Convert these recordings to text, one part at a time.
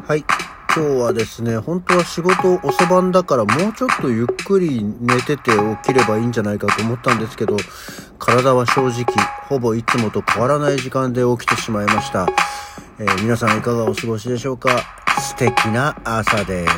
はい。今日はですね、本当は仕事遅番だからもうちょっとゆっくり寝てて起きればいいんじゃないかと思ったんですけど、体は正直、ほぼいつもと変わらない時間で起きてしまいました。皆さんいかがお過ごしでしょうか？素敵な朝です。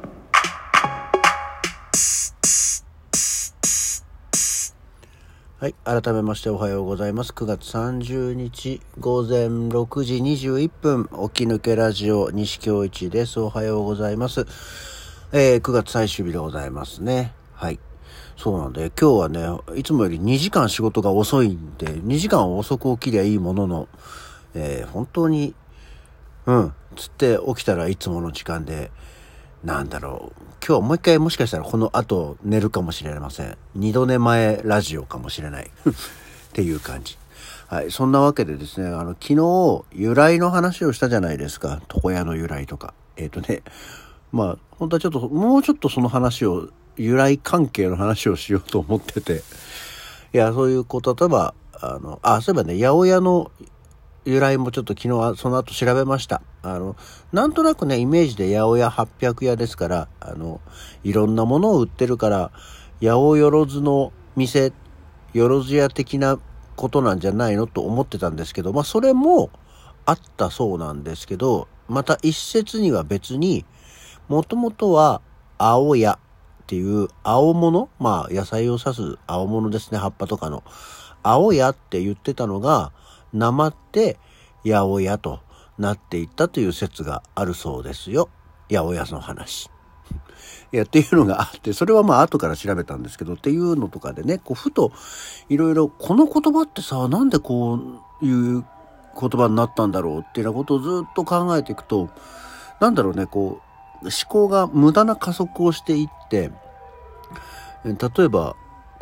はい。改めましておはようございます。9月30日午前6時21分、起き抜けラジオ西京一です。おはようございます。9月最終日でございますね。はい。そうなんで、今日はね、いつもより2時間仕事が遅いんで、2時間遅く起きりゃいいものの、本当に、つって起きたらいつもの時間で、今日はもう一回もしかしたらこの後寝るかもしれません。二度寝前ラジオかもしれないっていう感じ。はい。そんなわけでですね、昨日由来の話をしたじゃないですか。床屋の由来とか。本当はもうちょっとその話を、由来関係の話をしようと思ってて。いや、そういうこと、例えば、そういえばね、八百屋の由来もちょっと昨日はその後調べました。なんとなくね、イメージで八百屋800屋ですから、いろんなものを売ってるから、八百万の店、よろず屋的なことなんじゃないのと思ってたんですけど、それもあったそうなんですけど、また一説には別に、もともとは青屋っていう青物、野菜を指す青物ですね、葉っぱとかの。青屋って言ってたのが、なまって八百屋となっていったという説があるそうですよ。八百屋の話。いや、っていうのがあって、それは後から調べたんですけど、っていうのとかでね、ふといろいろ、この言葉ってさ、なんでこういう言葉になったんだろうっていうようなことをずっと考えていくと、思考が無駄な加速をしていって、例えば、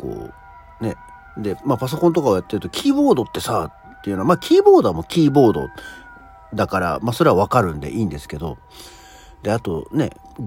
パソコンとかをやってると、キーボードってさ、っていうのは、キーボードはもうキーボードだから、それはわかるんでいいんですけど、で、あとね、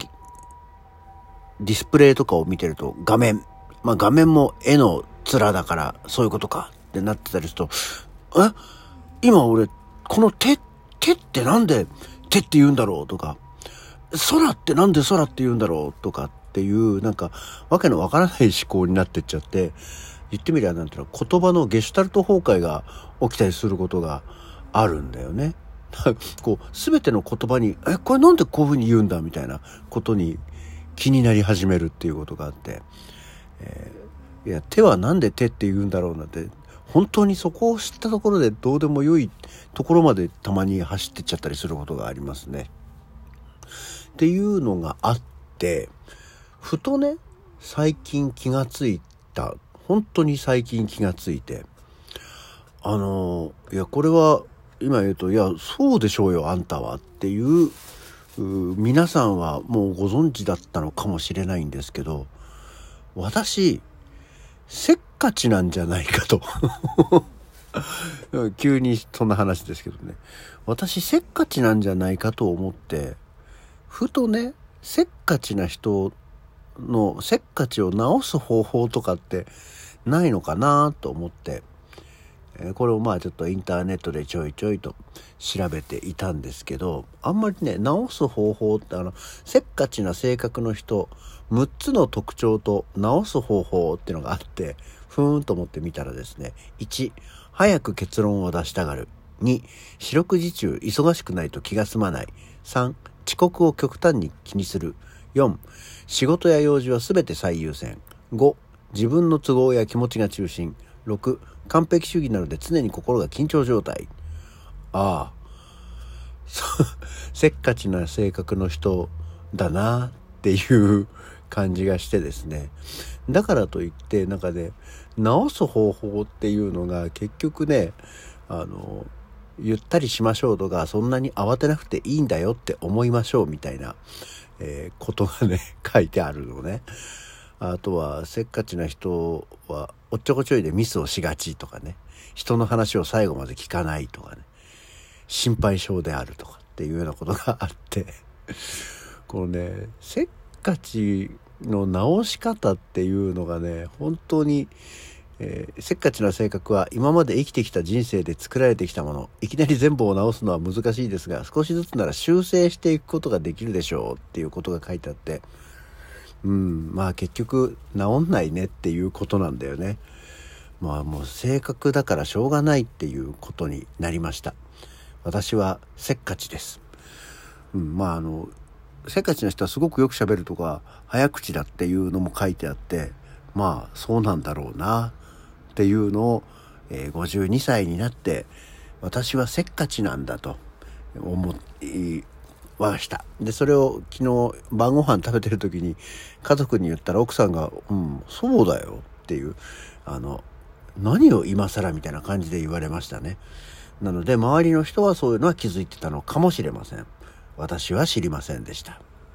ディスプレイとかを見てると、画面も絵の面だから、そういうことかってなってたりすると、今俺、この手ってなんで手って言うんだろうとか、空ってなんで空って言うんだろうとかっていう、わけのわからない思考になってっちゃって、言ってみりゃ言葉のゲシュタルト崩壊が起きたりすることがあるんだよね。すべての言葉に、これなんでこういう風に言うんだみたいなことに気になり始めるっていうことがあって、いや、手はなんで手って言うんだろうなんて、本当にそこを知ったところでどうでもよいところまでたまに走ってっちゃったりすることがありますね。っていうのがあって、ふとね、最近気がついた。本当に最近気がついて。これは、今言うと、そうでしょうよ、あんたはっていう、皆さんはもうご存知だったのかもしれないんですけど、私、せっかちなんじゃないかと。急にそんな話ですけどね。私、せっかちなんじゃないかと思って、ふとね、せっかちな人のせっかちを直す方法とかってないのかなと思って、これをちょっとインターネットでちょいちょいと調べていたんですけど、あんまりね、直す方法ってせっかちな性格の人6つの特徴と直す方法っていうのがあって、ふーんと思ってみたらですね、1、早く結論を出したがる。2、四六時中忙しくないと気が済まない。3、遅刻を極端に気にする。4、仕事や用事はすべて最優先。5、自分の都合や気持ちが中心。6、完璧主義なので常に心が緊張状態。せっかちな性格の人だなっていう感じがしてですね。だからといって直す方法っていうのが結局ね、ゆったりしましょうとか、そんなに慌てなくていいんだよって思いましょうみたいな、ことがね書いてあるのね。あとはせっかちな人はおっちょこちょいでミスをしがちとかね、人の話を最後まで聞かないとかね、心配性であるとかっていうようなことがあってこのね、せっかちの直し方っていうのがね、本当にせっかちな性格は今まで生きてきた人生で作られてきたもの。いきなり全部を直すのは難しいですが、少しずつなら修正していくことができるでしょうっていうことが書いてあって、まあ結局治んないねっていうことなんだよね。まあもう性格だからしょうがないっていうことになりました。私はせっかちです。せっかちな人はすごくよく喋るとか早口だっていうのも書いてあって、まあそうなんだろうなっていうのを、52歳になって私はせっかちなんだと思いました。でそれを昨日晩ご飯食べてる時に家族に言ったら奥さんがそうだよっていう何を今更みたいな感じで言われましたね。なので周りの人はそういうのは気づいてたのかもしれません。私は知りませんでした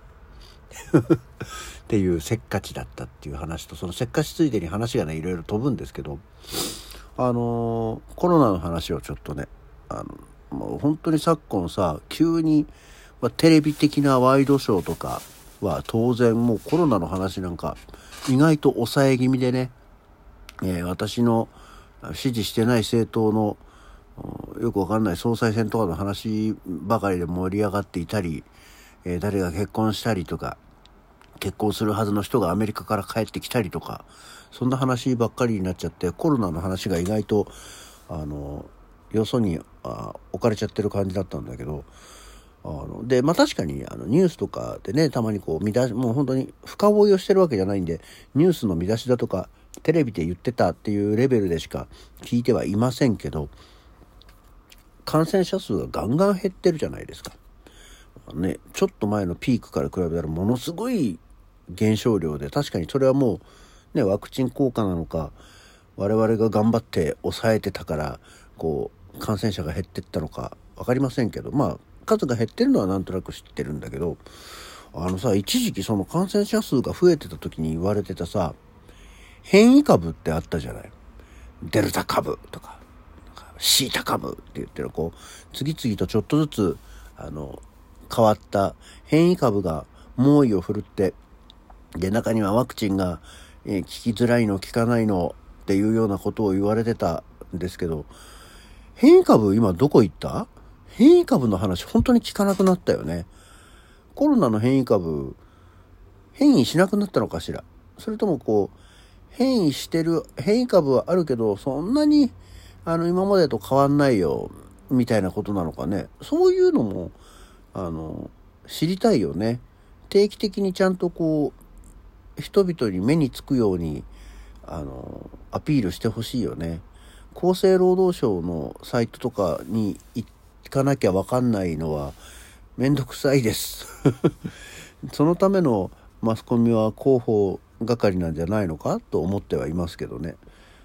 っていうせっかちだったっていう話と、そのせっかちついでに話がねいろいろ飛ぶんですけど、コロナの話をちょっとね、もう本当に昨今さ急に、テレビ的なワイドショーとかは当然もうコロナの話なんか意外と抑え気味でね、私の支持してない政党のよくわかんない総裁選とかの話ばかりで盛り上がっていたり、誰が結婚したりとか、結婚するはずの人がアメリカから帰ってきたりとか、そんな話ばっかりになっちゃって、コロナの話が意外とよそに置かれちゃってる感じだったんだけど、で確かにニュースとかでね、たまにこうもう本当に深追いをしてるわけじゃないんで、ニュースの見出しだとかテレビで言ってたっていうレベルでしか聞いてはいませんけど、感染者数がガンガン減ってるじゃないですかね。ちょっと前のピークから比べたらものすごい減少量で、確かにそれはもうねワクチン効果なのか、我々が頑張って抑えてたからこう感染者が減ってったのか分かりませんけど、数が減ってるのはなんとなく知ってるんだけど、一時期その感染者数が増えてた時に言われてたさ、変異株ってあったじゃない。デルタ株とかシータ株って言ってる、こう次々とちょっとずつ変わった変異株が猛威を振るって、で中にはワクチンが効きづらいの効かないのっていうようなことを言われてたんですけど、変異株今どこ行った？変異株の話本当に聞かなくなったよね。コロナの変異株変異しなくなったのかしら。それともこう変異してる変異株はあるけどそんなに今までと変わんないよみたいなことなのかね。そういうのも知りたいよね。定期的にちゃんとこう人々に目につくようにアピールしてほしいよね。厚生労働省のサイトとかに行かなきゃ分かんないのはめんどくさいですそのためのマスコミは広報係なんじゃないのかと思ってはいますけどね。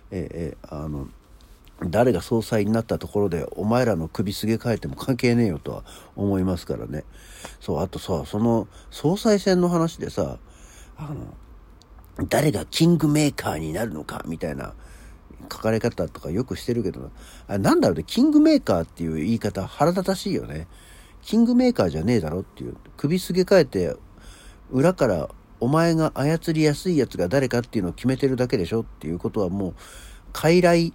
誰が総裁になったところでお前らの首すげ替えても関係ねえよとは思いますからね。そう、あとさ、その総裁選の話でさ、誰がキングメーカーになるのかみたいな書かれ方とかよくしてるけど、なんだろうね、キングメーカーっていう言い方腹立たしいよね。キングメーカーじゃねえだろっていう、首すげ替えて裏からお前が操りやすいやつが誰かっていうのを決めてるだけでしょっていうことは、もう傀儡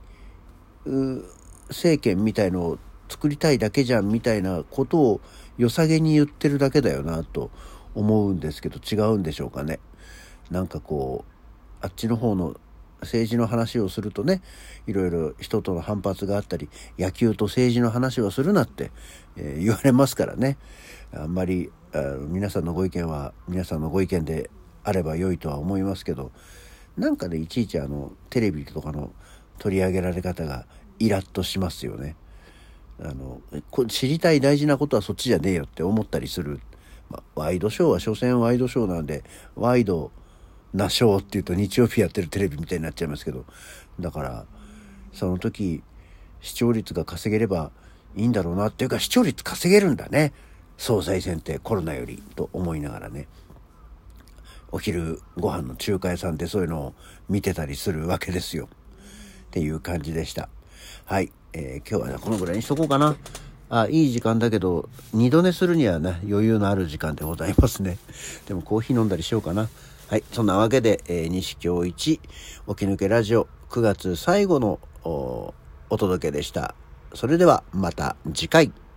政権みたいのを作りたいだけじゃんみたいなことを良さげに言ってるだけだよなと思うんですけど、違うんでしょうかね。なんかこうあっちの方の政治の話をするとね、いろいろ人との反発があったり、野球と政治の話をするなって、言われますからね。あんまり皆さんのご意見は皆さんのご意見であれば良いとは思いますけど、なんかね、いちいちテレビとかの取り上げられ方がイラッとしますよね。知りたい大事なことはそっちじゃねえよって思ったりする。ワイドショーは所詮ワイドショーなんで、ワイドなショーっていうと日曜日やってるテレビみたいになっちゃいますけど、だからその時視聴率が稼げればいいんだろうなっていうか、視聴率稼げるんだね、総裁選ってコロナよりと思いながらね、お昼ご飯の中華屋さんでそういうのを見てたりするわけですよっていう感じでした。はい、今日はこのぐらいにしとこうかな。いい時間だけど二度寝するにはね余裕のある時間でございますね。でもコーヒー飲んだりしようかな。はい、そんなわけで、西京一起き抜けラジオ、 9月最後のお届けでした。それではまた次回。